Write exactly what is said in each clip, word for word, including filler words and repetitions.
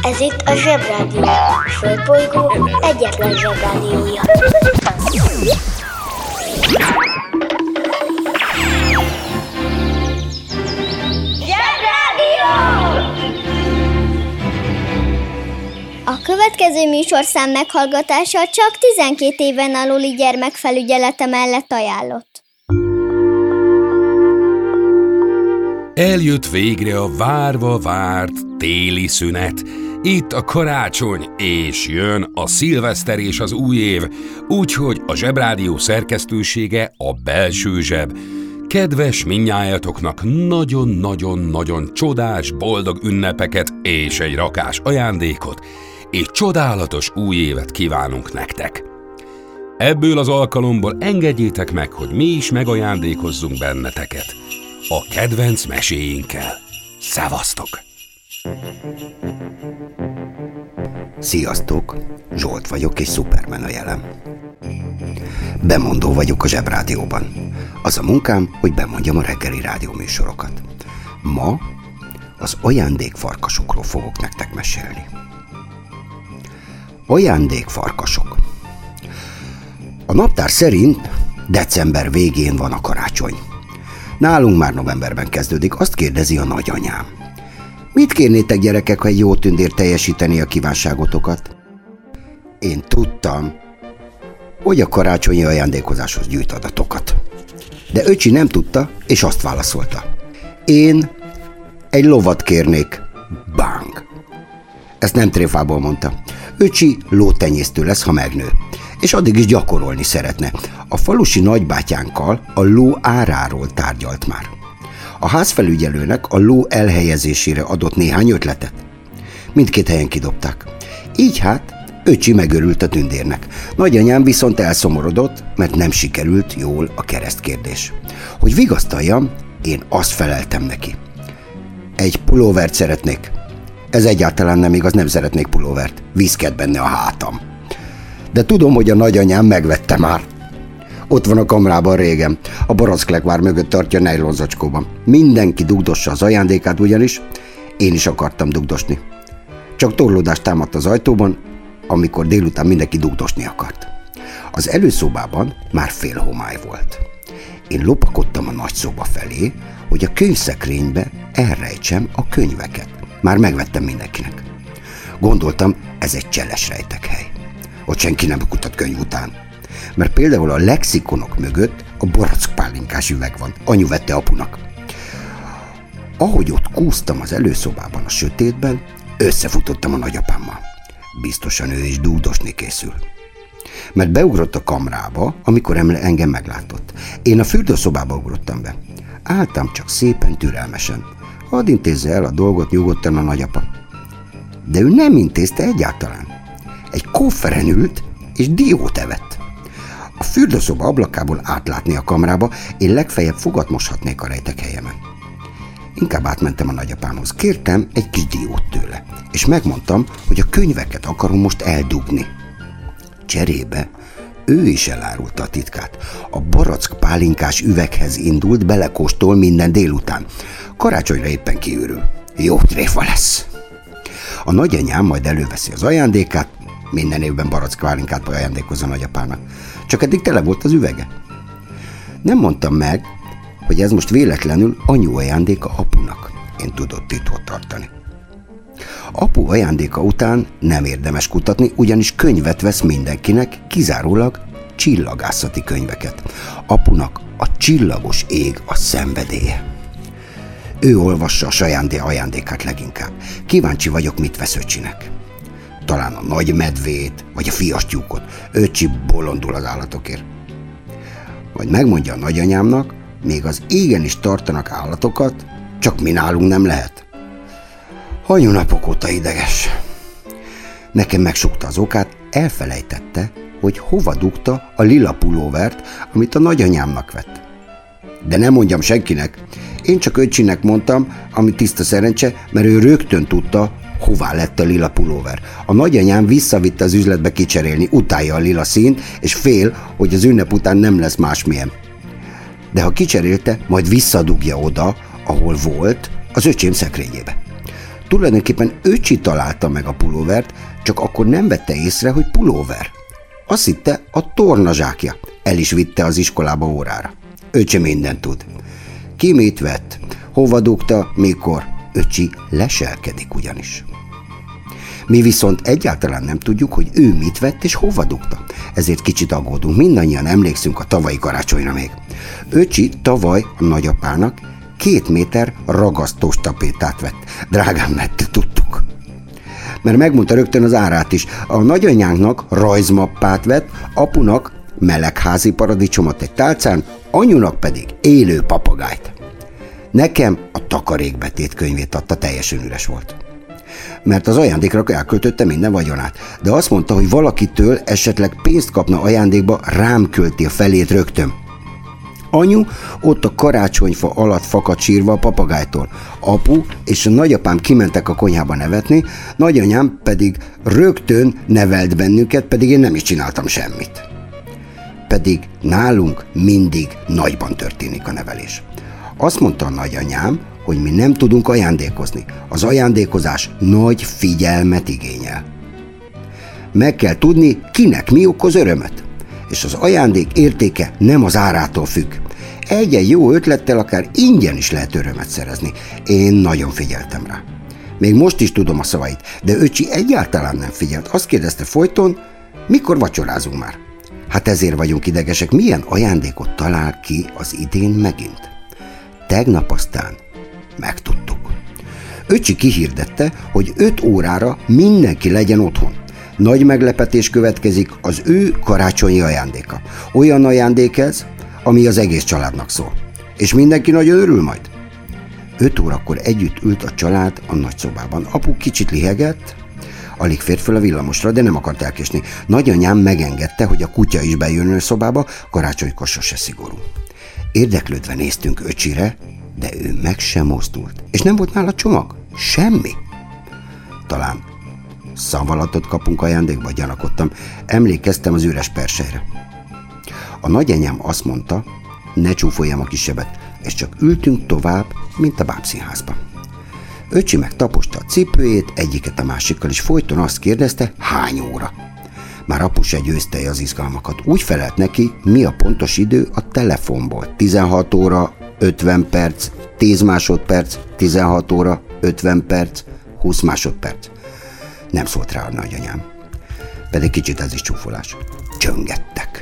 Ez itt a Zsebrádió, a Földbolygó egyetlen Zsebrádiója. Zsebrádió! A következő műsorszám meghallgatása csak tizenkét éven aluli gyermek felügyelete mellett ajánlott. Eljött végre a várva várt téli szünet. Itt a karácsony, és jön a szilveszter és az új év, úgyhogy a Zsebrádió szerkesztősége, a Belső Zseb, kedves mindnyájatoknak nagyon-nagyon-nagyon csodás, boldog ünnepeket és egy rakás ajándékot, és csodálatos új évet kívánunk nektek. Ebből az alkalomból engedjétek meg, hogy mi is megajándékozzunk benneteket a kedvenc meséinkkel. Szevasztok! Sziasztok! Zsolt vagyok, és Superman a jelem. Bemondó vagyok a Zsebrádióban. Az a munkám, hogy bemondjam a reggeli rádióműsorokat. Ma az ajándékfarkasokról fogok nektek mesélni. Ajándékfarkasok. A naptár szerint december végén van a karácsony. Nálunk már novemberben kezdődik, azt kérdezi a nagyanyám. Mit kérnétek, gyerekek, ha egy jó tündér teljesíteni a kívánságotokat? Én tudtam, hogy a karácsonyi ajándékozáshoz gyűjt adatokat. De öcsi nem tudta, és azt válaszolta. Én egy lovat kérnék. Bang! Ezt nem tréfából mondta. Öcsi lótenyésztő lesz, ha megnő, és addig is gyakorolni szeretne. A falusi nagybátyánkkal a ló áráról tárgyalt már. A házfelügyelőnek a ló elhelyezésére adott néhány ötletet. Mindkét helyen kidobták. Így hát öcsi megörült a tündérnek. Nagyanyám viszont elszomorodott, mert nem sikerült jól a keresztkérdés. Hogy vigasztaljam, én azt feleltem neki. Egy pulóvert szeretnék. Ez egyáltalán nem igaz, nem szeretnék pulóvert. Viszked benne a hátam. De tudom, hogy a nagyanyám megvette már. Ott van a kamrában régen, a baracklegvár mögött tartja nejlonzacskóban. Mindenki dugdossa az ajándékát ugyanis, én is akartam dugdosni. Csak torlódást támadt az ajtóban, amikor délután mindenki dugdosni akart. Az előszobában már fél homály volt. Én lopakodtam a nagyszoba felé, hogy a könyvszekrénybe elrejtsem a könyveket. Már megvettem mindenkinek. Gondoltam, ez egy cseles rejtekhely. Ott senki nem kutat könyv után. Mert például a lexikonok mögött a barackpálinkás üveg van. Anyu vette apunak. Ahogy ott kúztam az előszobában a sötétben, összefutottam a nagyapámmal. Biztosan ő is dúdosni készül. Mert beugrott a kamrába, amikor engem meglátott. Én a fürdőszobába ugrottam be. Álltam csak szépen, türelmesen. Hadd intézze el a dolgot nyugodtan a nagyapa. De ő nem intézte egyáltalán. Egy kofferen ült, és diót evett. A fürdőszoba ablakából átlátni a kamrába, én legfeljebb fogat moshatnék a rejtekhelyemen. Inkább átmentem a nagyapámhoz. Kértem egy kis diót tőle, és megmondtam, hogy a könyveket akarom most eldugni. Cserébe ő is elárulta a titkát. A barackpálinkás üveghez indult, belekóstol minden délután. Karácsonyra éppen kiürül. Jó tréfa lesz. A nagyanyám majd előveszi az ajándékát, minden évben barackpálinkát ajándékozza a nagyapának. Csak eddig tele volt az üvege. Nem mondtam meg, hogy ez most véletlenül anyu ajándéka apunak. Én tudott titkot tartani. Apu ajándéka után nem érdemes kutatni, ugyanis könyvet vesz mindenkinek, kizárólag csillagászati könyveket. Apunak a csillagos ég a szenvedélye. Ő olvassa a saját ajándékát leginkább. Kíváncsi vagyok, mit vesz öcsinek. Talán a nagy medvét, vagy a fiastyúkot. Öcsi bolondul az állatokért. Vagy megmondja a nagyanyámnak, még az égen is tartanak állatokat, csak mi nálunk nem lehet. Anyu napok óta ideges. Nekem megsukta az okát, elfelejtette, hogy hova dugta a lila pulóvert, amit a nagyanyámnak vett. De nem mondjam senkinek, én csak öcsinek mondtam, ami tiszta szerencse, mert ő rögtön tudta, hová lett a lila pulóver. A nagyanyám visszavitte az üzletbe kicserélni, utálja a lila színt, és fél, hogy az ünnep után nem lesz másmilyen. De ha kicserélte, majd visszadugja oda, ahol volt, az öcsém szekrényébe. Tulajdonképpen öcsi találta meg a pulóvert, csak akkor nem vette észre, hogy pulóver. Azt hitte, a tornazsákja. El is vitte az iskolába órára. Öcsi mindent tud. Ki mit vett, hova dugta, mikor. Öcsi leselkedik ugyanis. Mi viszont egyáltalán nem tudjuk, hogy ő mit vett és hova dugta. Ezért kicsit aggódunk, mindannyian emlékszünk a tavalyi karácsonyra még. Öcsi tavaly a nagyapának két méter ragasztós tapétát vett. Drágán vett, tudtuk. Mert megmondta rögtön az árát is. A nagyanyánknak rajzmappát vett, apunak melegházi paradicsomot egy tálcán, anyunak pedig élő papagájt. Nekem a takarékbetét könyvét adta, teljesen üres volt. Mert az ajándékra elköltötte minden vagyonát. De azt mondta, hogy valakitől esetleg pénzt kapna ajándékba, rám költi a felét rögtön. Anyu ott a karácsonyfa alatt fakadt sírva a papagájtól. Apu és a nagyapám kimentek a konyhába nevetni, nagyanyám pedig rögtön nevelt bennünket, pedig én nem is csináltam semmit. Pedig nálunk mindig nagyban történik a nevelés. Azt mondta a nagyanyám, hogy mi nem tudunk ajándékozni. Az ajándékozás nagy figyelmet igényel. Meg kell tudni, kinek mi okoz örömet. És az ajándék értéke nem az árától függ. Egy-egy jó ötlettel akár ingyen is lehet örömet szerezni. Én nagyon figyeltem rá. Még most is tudom a szavait, de öcsi egyáltalán nem figyelt. Azt kérdezte folyton, mikor vacsorázunk már. Hát ezért vagyunk idegesek, milyen ajándékot talál ki az idén megint. Tegnap aztán megtudtuk. Öcsi kihirdette, hogy öt órára mindenki legyen otthon. Nagy meglepetés következik, az ő karácsonyi ajándéka. Olyan ajándék ez, ami az egész családnak szól. És mindenki nagyon örül majd. Öt órakor együtt ült a család a nagyszobában. Apu kicsit lihegett, alig fért föl a villamosra, de nem akart elkésni. Nagyanyám megengedte, hogy a kutya is bejön a szobába, karácsonykor sose szigorú. Érdeklődve néztünk öcsire, de ő meg sem mozdult. És nem volt nála csomag? Semmi. Talán szavalatot kapunk ajándékba, gyanakodtam. Emlékeztem az üres persejre. A nagyanyám azt mondta, ne csúfoljam a kisebbet, és csak ültünk tovább, mint a bábszínházban. Öcsi meg taposta a cipőjét, egyiket a másikkal, is folyton azt kérdezte, hány óra. Már apu se győzte az izgalmakat. Úgy felelt neki, mi a pontos idő a telefonból. tizenhat óra, ötven perc, tíz másodperc, tizenhat óra, ötven perc, húsz másodperc. Nem szólt rá a nagyanyám. Pedig kicsit ez is csúfolás. Csöngettek.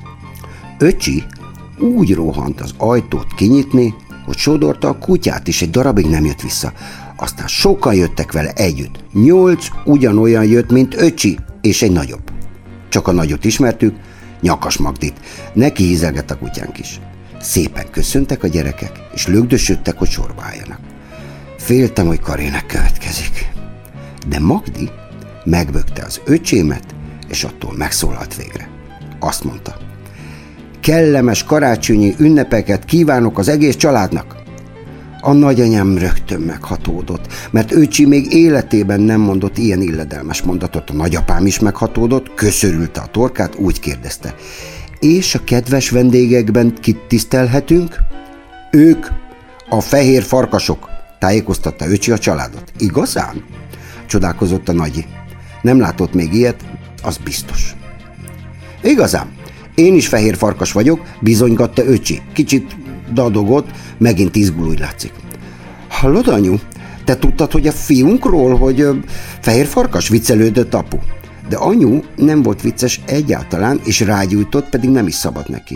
Öcsi úgy rohant az ajtót kinyitni, hogy sodorta a kutyát is, egy darabig nem jött vissza. Aztán sokan jöttek vele együtt. Nyolc ugyanolyan jött, mint öcsi, és egy nagyobb. Csak a nagyot ismertük, Nyakas Magdit. Neki hízelgett a kutyánk is. Szépen köszöntek a gyerekek, és lögdösödtek, hogy sorba álljanak. Féltem, hogy Karének következik. De Magdi megbökte az öcsémet, és attól megszólalt végre. Azt mondta, kellemes karácsonyi ünnepeket kívánok az egész családnak. A nagyanyám rögtön meghatódott, mert öcsi még életében nem mondott ilyen illedelmes mondatot. A nagyapám is meghatódott, köszörülte a torkát, úgy kérdezte, és a kedves vendégekben kit tisztelhetünk? Ők, a fehér farkasok, tájékoztatta öcsi a családot. Igazán? Csodálkozott a nagyi. Nem látott még ilyet, az biztos. Igazán? Én is fehér farkas vagyok, bizonygatta öcsi. Kicsit dadogott, megint izgul, úgy látszik. Hallod, anyu? Te tudtad, hogy a fiunkról, hogy ö, fehér farkas? Viccelődött apu. De anyu nem volt vicces egyáltalán, és rágyújtott, pedig nem is szabad neki.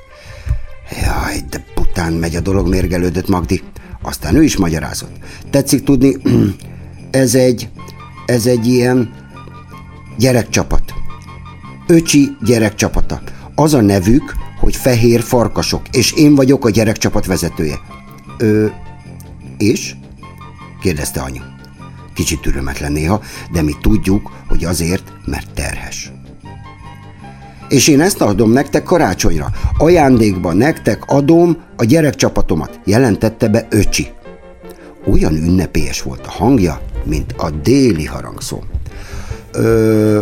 Jaj, de bután megy a dolog, mérgelődött Magdi. Aztán ő is magyarázott. Tetszik tudni, ez egy, ez egy ilyen gyerekcsapat. Öcsi gyerekcsapata. Az a nevük, hogy Fehér Farkasok, és én vagyok a gyerekcsapat vezetője. Ö, és? Kérdezte anyu. Kicsit türelmetlen néha, de mi tudjuk, hogy azért, mert terhes. És én ezt adom nektek karácsonyra. Ajándékban nektek adom a gyerekcsapatomat, jelentette be öcsi. Olyan ünnepélyes volt a hangja, mint a déli harangszó. Ö,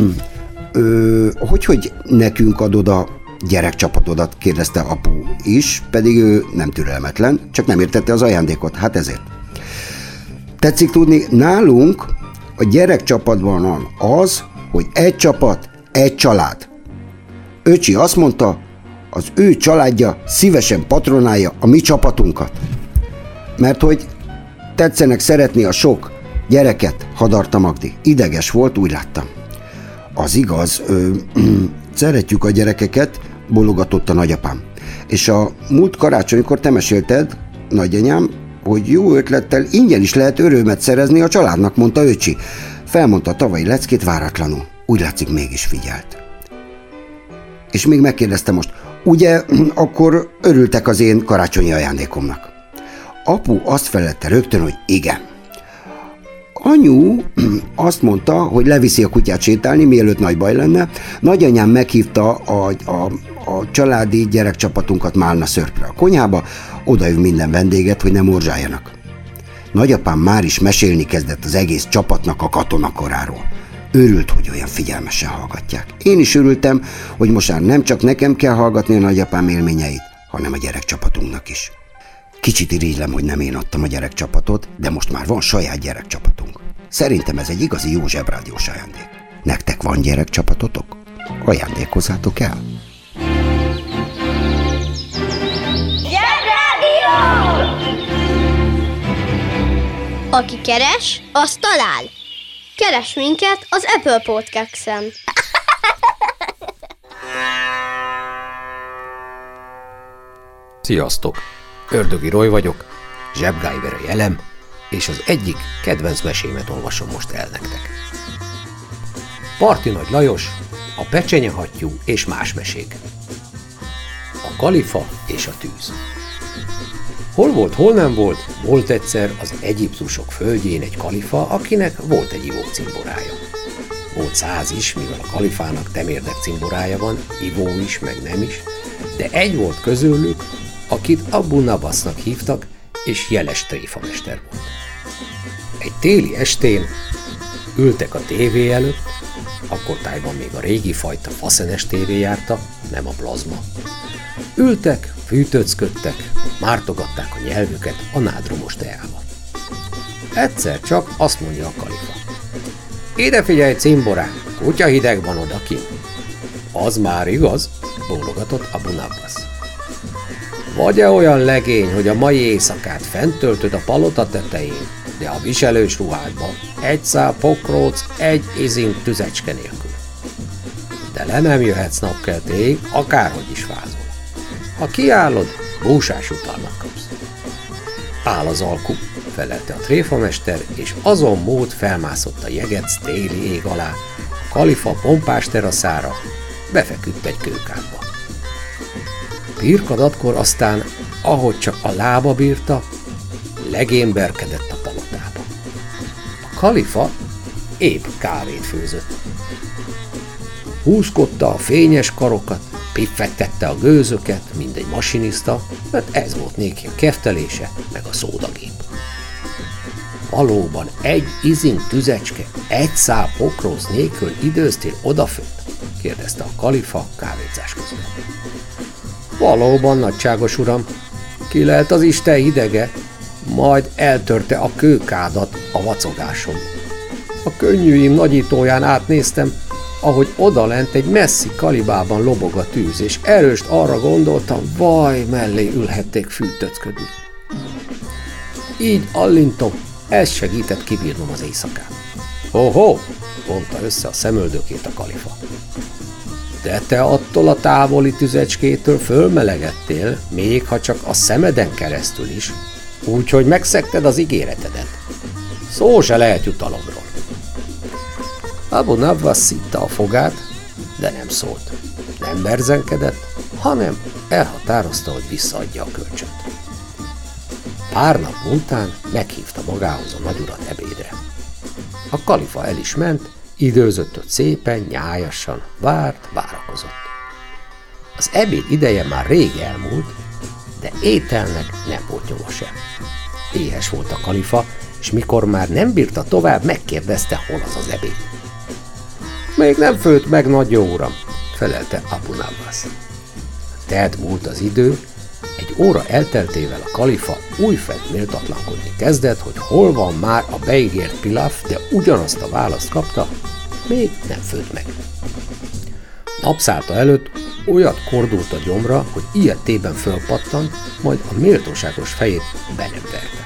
ö, hogy, hogy nekünk adod a gyerekcsapatodat, kérdezte apu is, pedig ő nem türelmetlen, csak nem értette az ajándékot, hát ezért. Tetszik tudni, nálunk a gyerekcsapatban van az, hogy egy csapat, egy család. Öcsi azt mondta, az ő családja szívesen patronálja a mi csapatunkat. Mert hogy tetszenek szeretni a sok gyereket, hadarta Magdi. Ideges volt, úgy láttam. Az igaz, ö, ö, szeretjük a gyerekeket, bologatott a nagyapám. És a múlt karácsonykor te mesélted, nagyanyám, hogy jó ötlettel ingyen is lehet örömet szerezni a családnak, mondta öcsi. Felmondta a tavalyi leckét váratlanul. Úgy látszik, mégis figyelt. És még megkérdezte most, ugye akkor örültek az én karácsonyi ajándékomnak? Apu azt felelte rögtön, hogy igen. Anyu azt mondta, hogy leviszi a kutyát sétálni, mielőtt nagy baj lenne. Nagyanyám meghívta a, a, a családi gyerekcsapatunkat málna szörpre a konyhába, odaív minden vendéget, hogy ne morzsáljanak. Nagyapám már is mesélni kezdett az egész csapatnak a katonakoráról. Örült, hogy olyan figyelmesen hallgatják. Én is örültem, hogy most már nem csak nekem kell hallgatni a nagyapám élményeit, hanem a gyerekcsapatunknak is. Kicsit irigylem, hogy nem én adtam a gyerekcsapatot, de most már van saját gyerekcsapatunk. Szerintem ez egy igazi jó zsebrádiós ajándék. Nektek van gyerekcsapatotok? Ajándékozzátok el! Zsebrádió! Aki keres, az talál. Keres minket az Apple Podcast-en. Sziasztok! Ördögi Roy vagyok, Zsebgájver a jelem, és az egyik kedvenc mesémet olvasom most el nektek. Parti Nagy Lajos, a pecsenyehattyú és más mesék. A kalifa és a tűz. Hol volt, hol nem volt, volt egyszer az egyiptusok földjén egy kalifa, akinek volt egy ivó cimborája. Volt száz is, mivel a kalifának temérdek cimborája van, ivó is, meg nem is, de egy volt közülük, akit Abu Nabasznak hívtak, és jeles tréfamester volt. Egy téli estén ültek a tévé előtt, akkor tájban még a régi fajta faszenes tévé járta, nem a plazma. Ültek, fűtőcködtek, mártogatták a nyelvüket a nádromos teába. Egyszer csak azt mondja a kalifa: ide figyelj, cimborám, kutya hideg van odakint. Az már igaz, bólogatott Abu Nabasz. Vagy-e olyan legény, hogy a mai éjszakát fent töltöd a palota tetején, de a viselős ruhádban egy szál pokróc, egy izink tüzecske nélkül. De le nem jöhetsz napkeltéig, akárhogy is vázol. Ha kiállod, búsás utalnak kapsz. Áll az alku, felelte a tréfamester, és azon mód felmászott a jegec téli ég alá, a kalifa pompás teraszára, befeküdt egy kőkádba. Pirkadatkor aztán, ahogy csak a lába bírta, legémberkedett a palotába. A kalifa épp kávét főzött. Húzkodta a fényes karokat, piffegtette a gőzöket, mint egy masinista, mert ez volt néki a keftelése, meg a szódagép. Valóban egy izink tüzecske, egy szál pokróz nélkül időztél odafönt? Kérdezte a kalifa kávézás közben. Valóban, nagyságos uram, ki lehet az Isten hidege, majd eltörte a kőkádat a vacogásom. A könnyűim nagyítóján átnéztem, ahogy odalent egy messzi kalibában lobog a tűz, és erőst arra gondoltam, vaj, mellé ülhették fűtöcködni. Így allintom, ez segített kibírnom az éjszakát. Ho-ho, vonta össze a szemöldökét a kalifa. De te attól a távoli tüzecskétől fölmelegedtél, még ha csak a szemeden keresztül is, úgyhogy megszegted az ígéretedet. Szó se lehet jutalomról. Abu Nabbas szitta a fogát, de nem szólt. Nem berzenkedett, hanem elhatározta, hogy visszaadja a kölcsönt. Pár nap után meghívta magához a nagyurat ebédre. A kalifa el is ment, időzött ott szépen, nyájasan, várt, várakozott. Az ebéd ideje már rég elmúlt, de ételnek nem volt nyoma sem. Éhes volt a kalifa, és mikor már nem bírta tovább, megkérdezte, hol az az ebéd. Még nem főtt meg, nagy jó uram, felelte Abu Nabbas. Telt múlt az idő, egy Egy óra elteltével a kalifa újfent méltatlankodni kezdett, hogy hol van már a beígért pilaf, de ugyanazt a választ kapta, még nem főtt meg. Napszálta előtt olyat kordult a gyomra, hogy ilyettében fölpattant, majd a méltóságos fejét be nem verte.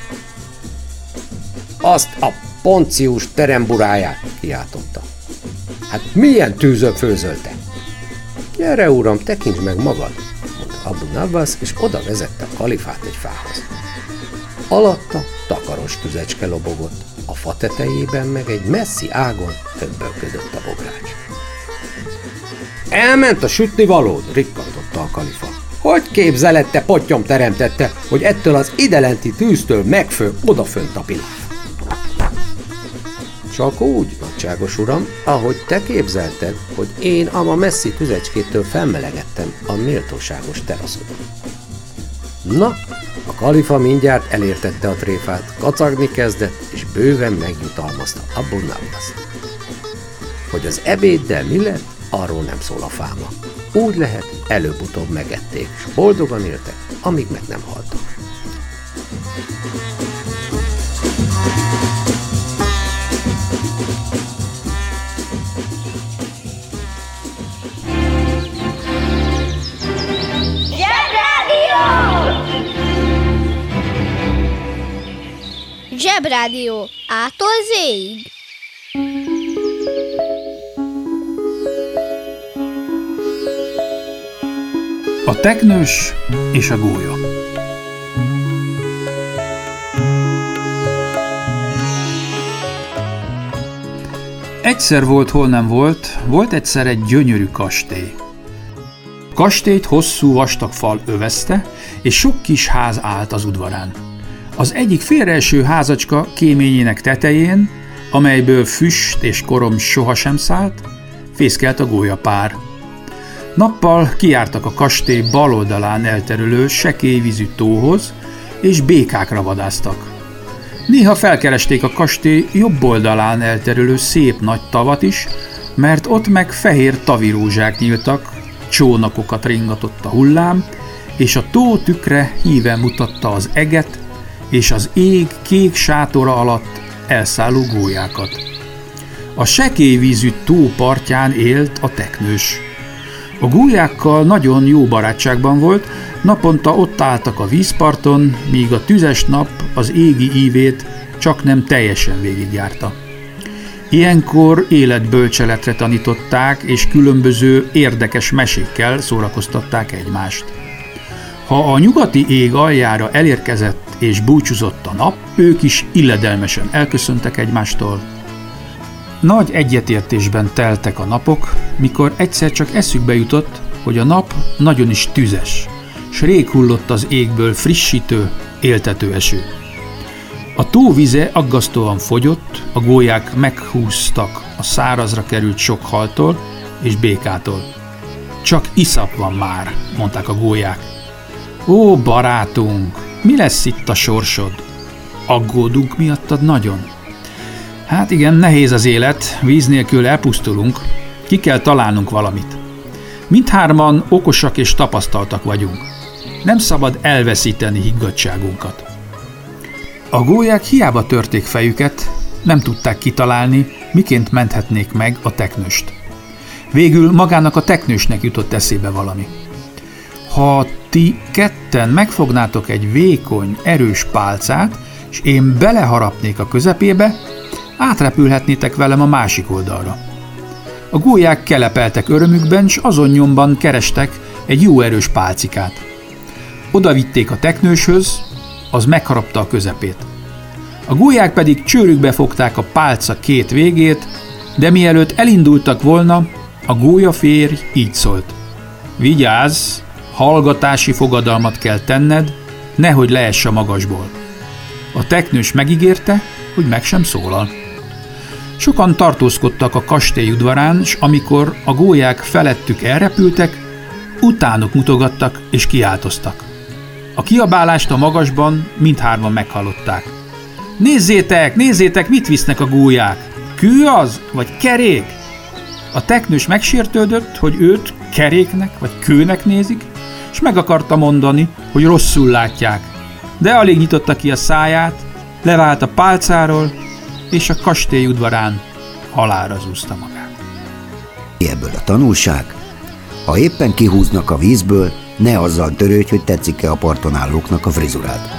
Azt a Poncius teremburáját, kiáltotta. Hát milyen tűzön főzölte? Gyere, uram, tekintsd meg magad, mondta Abu Nawas, és oda vezette a kalifát egy fához. Alatta takaros tüzecske lobogott, a fa tetejében meg egy messzi ágon höbbölködött a bogrács. Elment a sütnivalód, rikkantotta a kalifa. Hogy képzeled, te pottyom teremtette, hogy ettől az idelenti tűztől megfő odafönt a pilaf? Csak úgy, nagyságos uram, ahogy te képzelted, hogy én a messzi tüzecskétől felmelegettem a méltóságos teraszodon. Na, a kalifa mindjárt elértette a tréfát, kacagni kezdett, és bőven megjutalmazta Abu Nawast. Hogy az ebéddel mi lett, arról nem szól a fáma. Úgy lehet, előbb-utóbb megették, és boldogan éltek, amíg meg nem haltak. Zsebrádió A-tól Z-ig. A teknős és a gólya. Egyszer volt, hol nem volt, volt egyszer egy gyönyörű kastély. A kastélyt hosszú vastag fal övezte, és sok kis ház állt az udvarán. Az egyik félreeső házacska kéményének tetején, amelyből füst és korom sohasem szállt, fészkelt a gólyapár. Nappal kijártak a kastély bal oldalán elterülő sekélyvízű tóhoz, és békákra vadásztak. Néha felkeresték a kastély jobb oldalán elterülő szép nagy tavat is, mert ott meg fehér tavirózsák nyíltak, csónakokat ringatott a hullám, és a tó tükre híven mutatta az eget, és az ég kék sátora alatt elszálló gólyákat. A sekélyvízű tó partján élt a teknős. A gólyákkal nagyon jó barátságban volt, naponta ott álltak a vízparton, míg a tüzes nap az égi ívét csak nem teljesen végigjárta. Ilyenkor életbölcseletre tanították, és különböző érdekes mesékkel szórakoztatták egymást. Ha a nyugati ég aljára elérkezett és búcsúzott a nap, ők is illedelmesen elköszöntek egymástól. Nagy egyetértésben teltek a napok, mikor egyszer csak eszükbe jutott, hogy a nap nagyon is tüzes, s rég hullott az égből frissítő, éltető eső. A tó vize aggasztóan fogyott, a gólyák meghúztak a szárazra került sok haltól és békától. Csak iszap van már, mondták a gólyák. Ó, barátunk, mi lesz itt a sorsod? Aggódunk miattad nagyon? Hát igen, nehéz az élet, víz nélkül elpusztulunk, ki kell találnunk valamit. Mindhárman okosak és tapasztaltak vagyunk. Nem szabad elveszíteni higgadtságunkat. A gólyák hiába törték fejüket, nem tudták kitalálni, miként menthetnék meg a teknőst. Végül magának a teknősnek jutott eszébe valami. Ha ti ketten megfognátok egy vékony, erős pálcát, és én beleharapnék a közepébe, átrepülhetnétek velem a másik oldalra. A gólyák kelepeltek örömükben, s azon nyomban kerestek egy jó erős pálcikát. Oda vitték a teknőshöz, az megharapta a közepét. A gólyák pedig csőrükbe fogták a pálca két végét, de mielőtt elindultak volna, a gólyaférj így szólt. Vigyázz, hallgatási fogadalmat kell tenned, nehogy leess a magasból. A teknős megígérte, hogy meg sem szólal. Sokan tartózkodtak a kastély udvarán, s amikor a gólyák felettük elrepültek, utánuk mutogattak és kiáltoztak. A kiabálást a magasban mindhárman meghallották. Nézzétek, nézzétek, mit visznek a gólyák! Kő az, vagy kerék? A teknős megsértődött, hogy őt keréknek vagy kőnek nézik, s meg akarta mondani, hogy rosszul látják, de alig nyitotta ki a száját, levált a pálcáról, és a kastély udvarán halálra zúzta magát. Ebből a tanulság: ha éppen kihúznak a vízből, ne azzal törődj, hogy tetszik-e a parton állóknak a frizurád.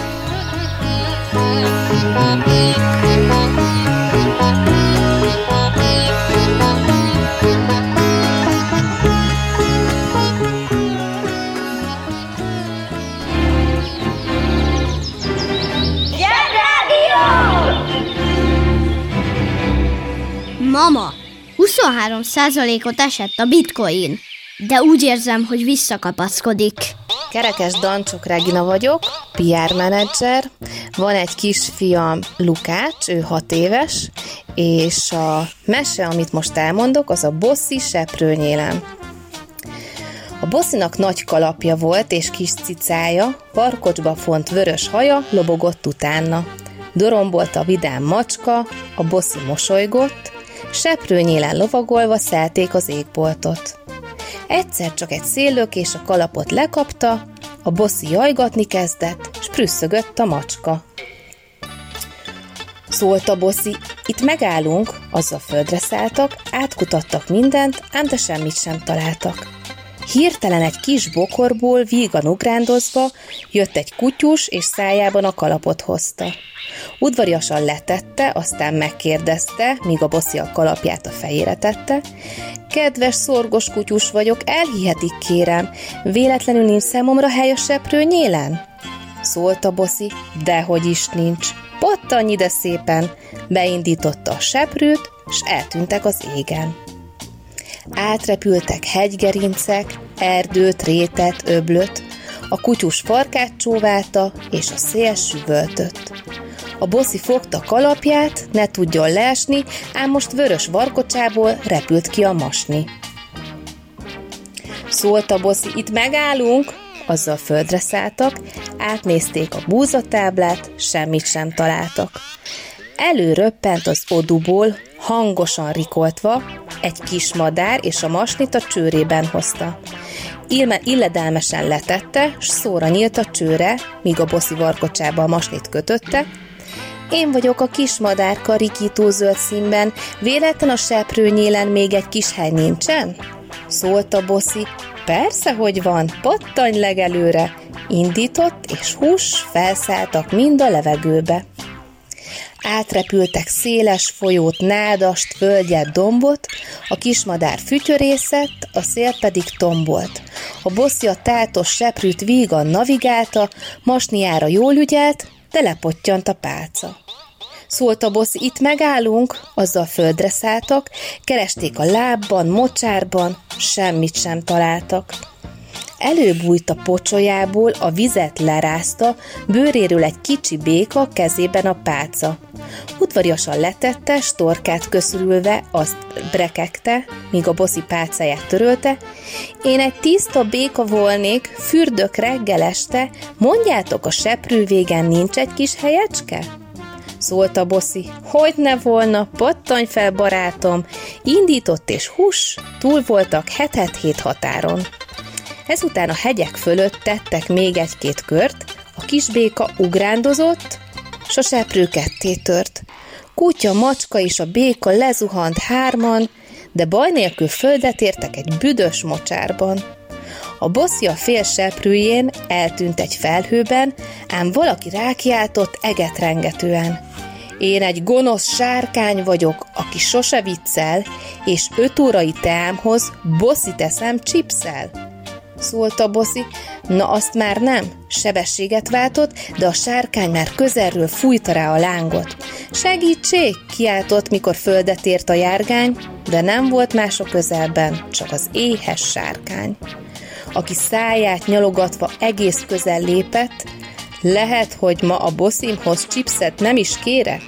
Mama, huszonhárom százalékot esett a bitcoin, de úgy érzem, hogy visszakapaszkodik. Kerekes Dancsok Regina vagyok, pé er menedzser. Van egy kisfiam, Lukács, ő hat éves, és a mese, amit most elmondok, az a Bossy seprőnyélem. A Bossinak nagy kalapja volt és kis cicája, farkocsba font vörös haja lobogott utána. Dorombolt a vidám macska, a Bossy mosolygott, seprőnyélen lovagolva szelték az égboltot. Egyszer csak egy széllökés a kalapot lekapta, a Bossy jajgatni kezdett, s prüsszögött a macska. Szólt a Bossy, itt megállunk, azzal földre szálltak, átkutattak mindent, ám de semmit sem találtak. Hirtelen egy kis bokorból vígan ugrándozva jött egy kutyus, és szájában a kalapot hozta. Udvariasan letette, aztán megkérdezte, míg a Bossy a kalapját a fejére tette: kedves szorgos kutyus vagyok, elhihetik kérem, véletlenül nincs számomra hely a seprőnyélen? Szólt a Bossy, dehogy is nincs. Pattanj ide szépen, beindította a seprőt, s eltűntek az égen. Átrepültek hegygerincek, erdőt, rétet, öblöt, a kutyus farkát csóválta, és a szél süvöltött. A Bossy fogta kalapját, ne tudjon leesni, ám most vörös varkocsából repült ki a masni. Szólt a Bossy, itt megállunk, azzal földre szálltak, átnézték a búzatáblát, semmit sem találtak. Előröppent az oduból, hangosan rikoltva, egy kis madár, és a masnit a csőrében hozta. Ilme illedelmesen letette, s szóra nyílt a csőre, míg a Bossy varkocsába a masnit kötötte. Én vagyok a kis madárka rikító zöld színben, véletlen a seprőnyélen még egy kis hely nincsen? Szólt a Bossy, persze, hogy van, pattanj legelőre. Indított, és hús, felszálltak mind a levegőbe. Átrepültek széles folyót, nádast, völgyet, dombot, a kismadár fütyörészett, a szél pedig tombolt. A Bossy a tátos seprűt vígan navigálta, masniára jól ügyelt, de lepottyant a pálca. Szólt a Bossy, itt megállunk, azzal földre szálltak, keresték a lábban, mocsárban, semmit sem találtak. Előbújt a pocsolyából, a vizet lerázta, bőréről egy kicsi béka, kezében a pálca. Udvariasan letette, s torkát köszörülve, azt brekegte, míg a Bossy pálcáját törölte. Én egy tiszta béka volnék, fürdök reggel este, mondjátok, a seprő végen nincs egy kis helyecske? Szólt a Bossy, hogy ne volna, pattanj fel, barátom, indított és hús, túl voltak hetet-hét határon. Ezután a hegyek fölött tettek még egy-két kört, a kisbéka ugrándozott, s a seprő ketté tört. Kutya, macska és a béka lezuhant hárman, de baj nélkül földet értek egy büdös mocsárban. A Bossy a fél seprőjén eltűnt egy felhőben, ám valaki rákiáltott egetrengetően. Én egy gonosz sárkány vagyok, aki sose viccel, és öt órai teámhoz Bossyt eszem chipszel. Szólt a Bossy, na azt már nem, sebességet váltott, de a sárkány már közelről fújta rá a lángot. Segítség, kiáltott, mikor földet ért a járgány, de nem volt más a közelben, csak az éhes sárkány. Aki száját nyalogatva egész közel lépett, lehet, hogy ma a Bossymhoz chipset nem is kérek?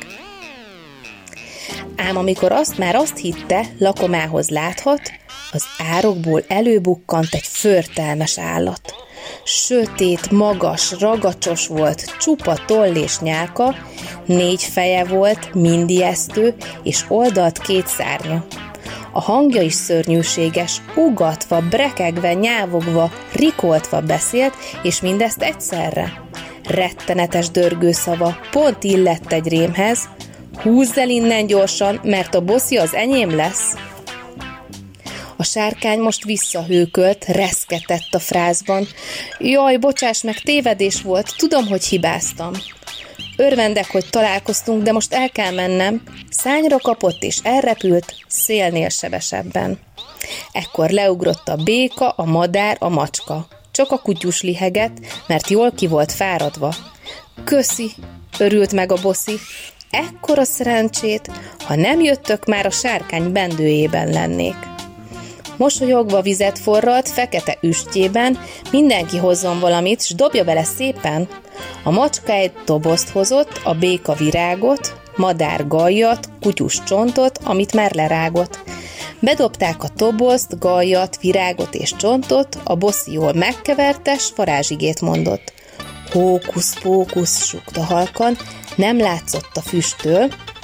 Ám amikor azt már azt hitte, lakomához láthat, az árokból előbukkant egy förtelmes állat. Sötét, magas, ragacsos volt, csupa toll és nyálka, négy feje volt, mind ijesztő, és oldalt két szárnya. A hangja is szörnyűséges, ugatva, brekegve, nyávogva, rikoltva beszélt, és mindezt egyszerre. Rettenetes dörgőszava, pont illett egy rémhez. Húzz el innen gyorsan, mert a bosszi az enyém lesz. A sárkány most visszahőkölt, reszketett a frázban. Jaj, bocsáss meg, tévedés volt, tudom, hogy hibáztam. Örvendek, hogy találkoztunk, de most el kell mennem. Szányra kapott és elrepült, szélnél sebesebben. Ekkor leugrott a béka, a madár, a macska. Csak a kutyus liheget, mert jól ki volt fáradva. Köszi, örült meg a bosszi. Ekkora szerencsét, ha nem jöttök, már a sárkány bendőjében lennék. Mosolyogva vizet forralt fekete üstjében, mindenki hozzon valamit, s dobja bele szépen. A macska egy dobozt hozott, a béka virágot, madár gallyat, kutyus csontot, amit már lerágott. Bedobták a tobozt, gallyat, virágot és csontot, a bosszi jól megkeverte, s varázsigét mondott. Hókusz-pókusz, sukta halkan, nem látszott a füsttől,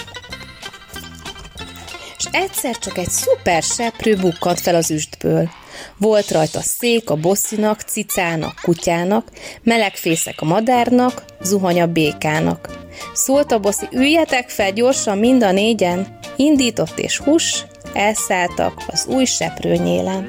és egyszer csak egy szuper seprő bukkant fel az üstből. Volt rajta szék a bosszinak, cicának, kutyának, melegfészek a madárnak, zuhany a békának. Szólt a bosszi, üljetek fel gyorsan mind a négyen, indított és hús, elszálltak az új seprőnyélen.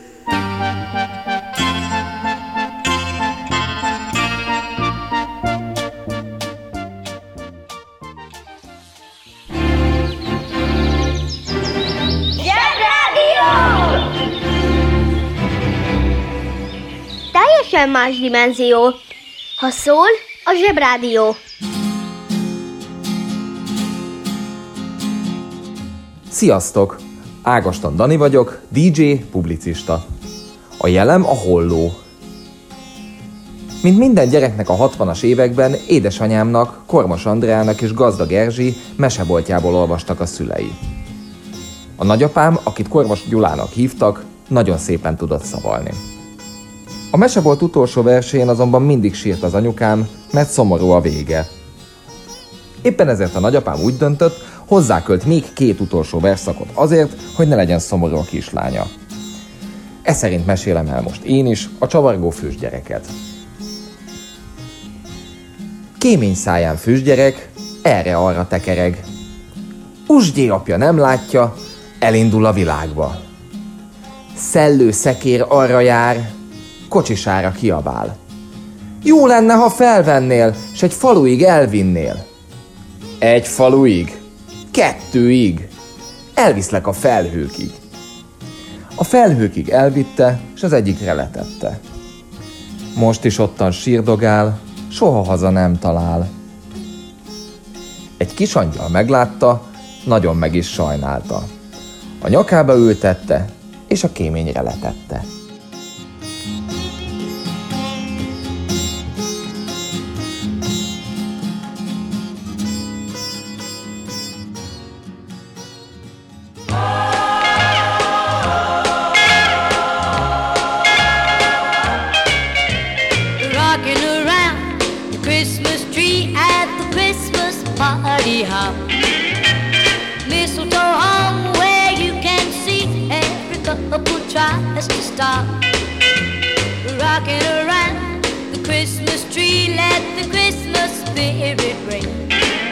Teljesen más dimenzió. Ha szól, a Zsebrádió. Sziasztok! Ágoston Dani vagyok, dé dzsé, publicista. A jelem a holló. Mint minden gyereknek a hatvanas években, édesanyámnak, Kormos Andreának és Gazdag Erzsi meseboltjából olvastak a szülei. A nagyapám, akit Kormos Gyulának hívtak, nagyon szépen tudott szavalni. A mesebolt utolsó versén azonban mindig sírt az anyukám, mert szomorú a vége. Éppen ezért a nagyapám úgy döntött, hozzákölt még két utolsó versszakot azért, hogy ne legyen szomorú a kislánya. E szerint mesélem el most én is a csavargó füstgyereket. Kémény száján füstgyerek, erre-arra tekereg. Usgyé apja nem látja, elindul a világba. Szellő szekér arra jár, kocsisára kiabál. Jó lenne, ha felvennél, s egy faluig elvinnél. Egy faluig, kettőig, elviszlek a felhőkig. A felhőkig elvitte, s az egyikre letette. Most is ottan sírdogál, soha haza nem talál. Egy kis angyal meglátta, nagyon meg is sajnálta. A nyakába ültette, és a kéményre letette. Rocking around the Christmas tree, let the Christmas spirit ring.